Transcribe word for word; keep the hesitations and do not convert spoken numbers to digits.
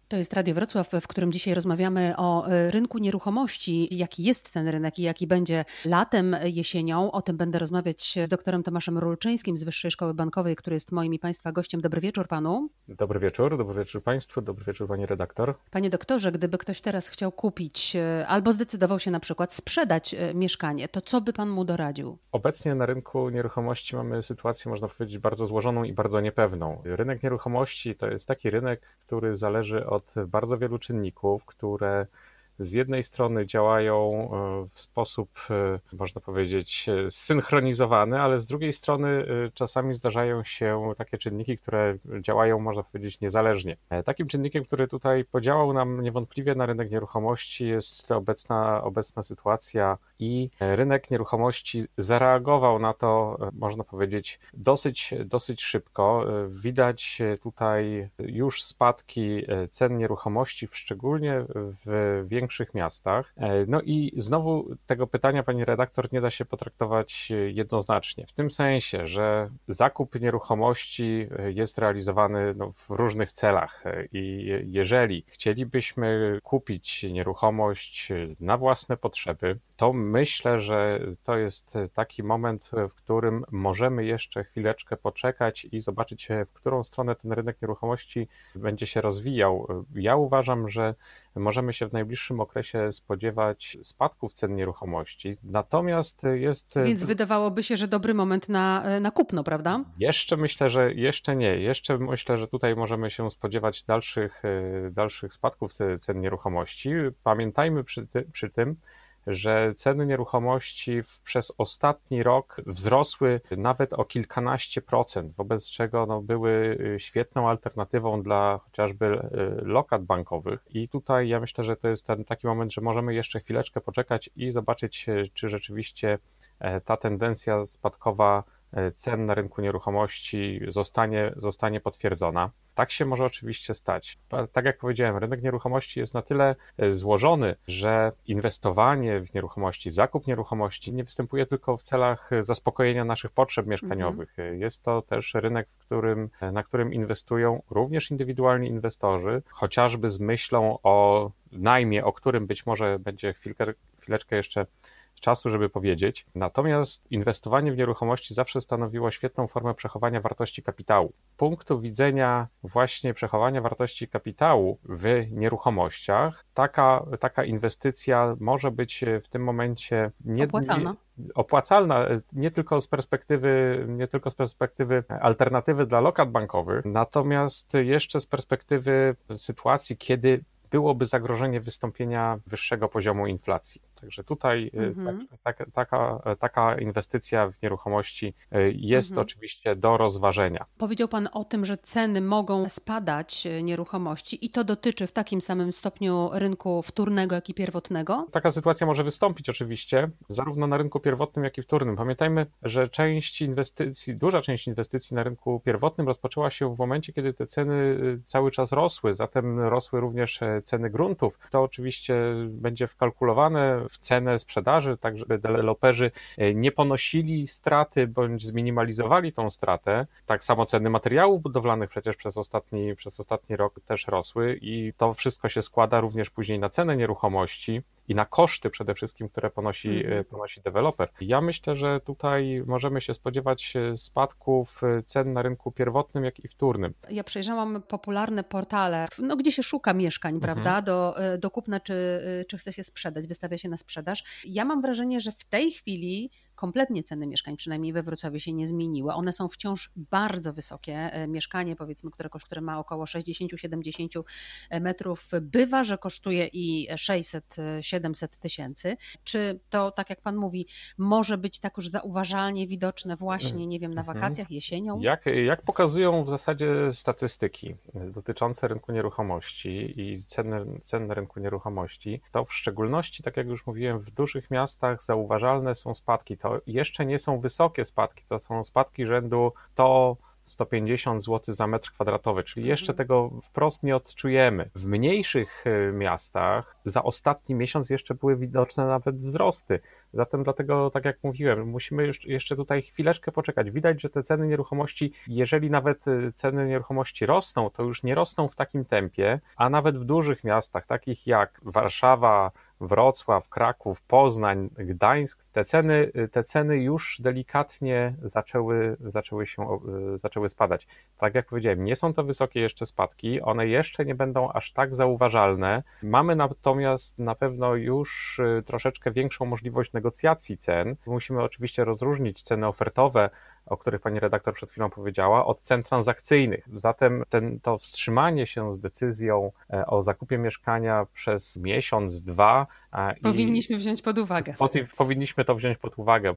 To jest Radio Wrocław, w którym dzisiaj rozmawiamy o e, rynku nieruchomości, jaki jest ten rynek i jaki będzie latem, jesienią. O tym będę rozmawiać z doktorem Tomaszem Rulczyńskim z Wyższej Szkoły Bankowej, który jest moim i Państwa gościem. Dobry wieczór Panu. Dobry wieczór, dobry wieczór Państwu, dobry wieczór Pani redaktor. Panie doktorze, gdyby ktoś teraz chciał kupić e, albo zdecydował się na przykład sprzedać e, mieszkanie, to co by Pan mu doradził? Obecnie na rynku nieruchomości mamy sytuację, można powiedzieć, bardzo złożoną i bardzo niepewną. Rynek nieruchomości to jest taki rynek, który zależy od bardzo wielu czynników, które z jednej strony działają w sposób, można powiedzieć, zsynchronizowany, ale z drugiej strony czasami zdarzają się takie czynniki, które działają, można powiedzieć, niezależnie. Takim czynnikiem, który tutaj podziałał nam niewątpliwie na rynek nieruchomości, jest obecna, obecna sytuacja i rynek nieruchomości zareagował na to, można powiedzieć, dosyć, dosyć szybko. Widać tutaj już spadki cen nieruchomości, szczególnie w większych miastach. No i znowu tego pytania, pani redaktor, nie da się potraktować jednoznacznie. W tym sensie, że zakup nieruchomości jest realizowany no, w różnych celach i jeżeli chcielibyśmy kupić nieruchomość na własne potrzeby, to myślę, że to jest taki moment, w którym możemy jeszcze chwileczkę poczekać i zobaczyć, w którą stronę ten rynek nieruchomości będzie się rozwijał. Ja uważam, że możemy się w najbliższym okresie spodziewać spadków cen nieruchomości, natomiast jest... Więc wydawałoby się, że dobry moment na, na kupno, prawda? Jeszcze myślę, że jeszcze nie. Jeszcze myślę, że tutaj możemy się spodziewać dalszych, dalszych spadków cen nieruchomości. Pamiętajmy przy, ty, przy tym, że ceny nieruchomości przez ostatni rok wzrosły nawet o kilkanaście procent, wobec czego no, były świetną alternatywą dla chociażby lokat bankowych. I tutaj ja myślę, że to jest ten taki moment, że możemy jeszcze chwileczkę poczekać i zobaczyć, czy rzeczywiście ta tendencja spadkowa cen na rynku nieruchomości zostanie, zostanie potwierdzona. Tak się może oczywiście stać. Tak jak powiedziałem, rynek nieruchomości jest na tyle złożony, że inwestowanie w nieruchomości, zakup nieruchomości nie występuje tylko w celach zaspokojenia naszych potrzeb mieszkaniowych. Mhm. Jest to też rynek, w którym, na którym inwestują również indywidualni inwestorzy, chociażby z myślą o najmie, o którym być może będzie chwilkę, chwileczkę jeszcze czasu, żeby powiedzieć. Natomiast inwestowanie w nieruchomości zawsze stanowiło świetną formę przechowania wartości kapitału. Z punktu widzenia właśnie przechowania wartości kapitału w nieruchomościach, taka, taka inwestycja może być w tym momencie nie, opłacalna. Nie, opłacalna nie tylko z perspektywy, nie tylko z perspektywy alternatywy dla lokat bankowych, natomiast jeszcze z perspektywy sytuacji, kiedy byłoby zagrożenie wystąpienia wyższego poziomu inflacji. Także tutaj mhm. tak, tak, taka, taka inwestycja w nieruchomości jest mhm. oczywiście do rozważenia. Powiedział Pan o tym, że ceny mogą spadać nieruchomości i to dotyczy w takim samym stopniu rynku wtórnego, jak i pierwotnego? Taka sytuacja może wystąpić oczywiście zarówno na rynku pierwotnym, jak i wtórnym. Pamiętajmy, że część inwestycji, duża część inwestycji na rynku pierwotnym rozpoczęła się w momencie, kiedy te ceny cały czas rosły, zatem rosły również ceny gruntów. To oczywiście będzie wkalkulowane w cenę sprzedaży, tak żeby deweloperzy nie ponosili straty bądź zminimalizowali tą stratę. Tak samo ceny materiałów budowlanych przecież przez ostatni, przez ostatni rok też rosły i to wszystko się składa również później na cenę nieruchomości i na koszty przede wszystkim, które ponosi, mm. ponosi deweloper. Ja myślę, że tutaj możemy się spodziewać spadków cen na rynku pierwotnym, jak i wtórnym. Ja przejrzałam popularne portale, no, gdzie się szuka mieszkań, mm. prawda, do, do kupna, czy, czy chce się sprzedać, wystawia się na sprzedaż. Ja mam wrażenie, że w tej chwili kompletnie ceny mieszkań, przynajmniej we Wrocławiu, się nie zmieniły. One są wciąż bardzo wysokie. Mieszkanie, powiedzmy, które, które ma około sześćdziesiąt do siedemdziesięciu metrów, bywa, że kosztuje i sześćset siedemset tysięcy. Czy to, tak jak Pan mówi, może być tak już zauważalnie widoczne właśnie, nie wiem, na wakacjach, jesienią? Jak, jak pokazują w zasadzie statystyki dotyczące rynku nieruchomości i ceny, cen na rynku nieruchomości, to w szczególności, tak jak już mówiłem, w dużych miastach zauważalne są spadki. To jeszcze nie są wysokie spadki, to są spadki rzędu sto sto pięćdziesiąt złotych za metr kwadratowy, czyli jeszcze tego wprost nie odczujemy. W mniejszych miastach za ostatni miesiąc jeszcze były widoczne nawet wzrosty. Zatem dlatego, tak jak mówiłem, musimy jeszcze tutaj chwileczkę poczekać. Widać, że te ceny nieruchomości, jeżeli nawet ceny nieruchomości rosną, to już nie rosną w takim tempie, a nawet w dużych miastach, takich jak Warszawa, Wrocław, Kraków, Poznań, Gdańsk, te ceny, te ceny już delikatnie zaczęły, zaczęły się, zaczęły spadać. Tak jak powiedziałem, nie są to wysokie jeszcze spadki, one jeszcze nie będą aż tak zauważalne. Mamy natomiast na pewno już troszeczkę większą możliwość negocjacji cen. Musimy oczywiście rozróżnić ceny ofertowe, o których pani redaktor przed chwilą powiedziała, od cen transakcyjnych. Zatem ten, to wstrzymanie się z decyzją o zakupie mieszkania przez miesiąc, dwa. Powinniśmy wziąć pod uwagę. Powinniśmy to wziąć pod uwagę.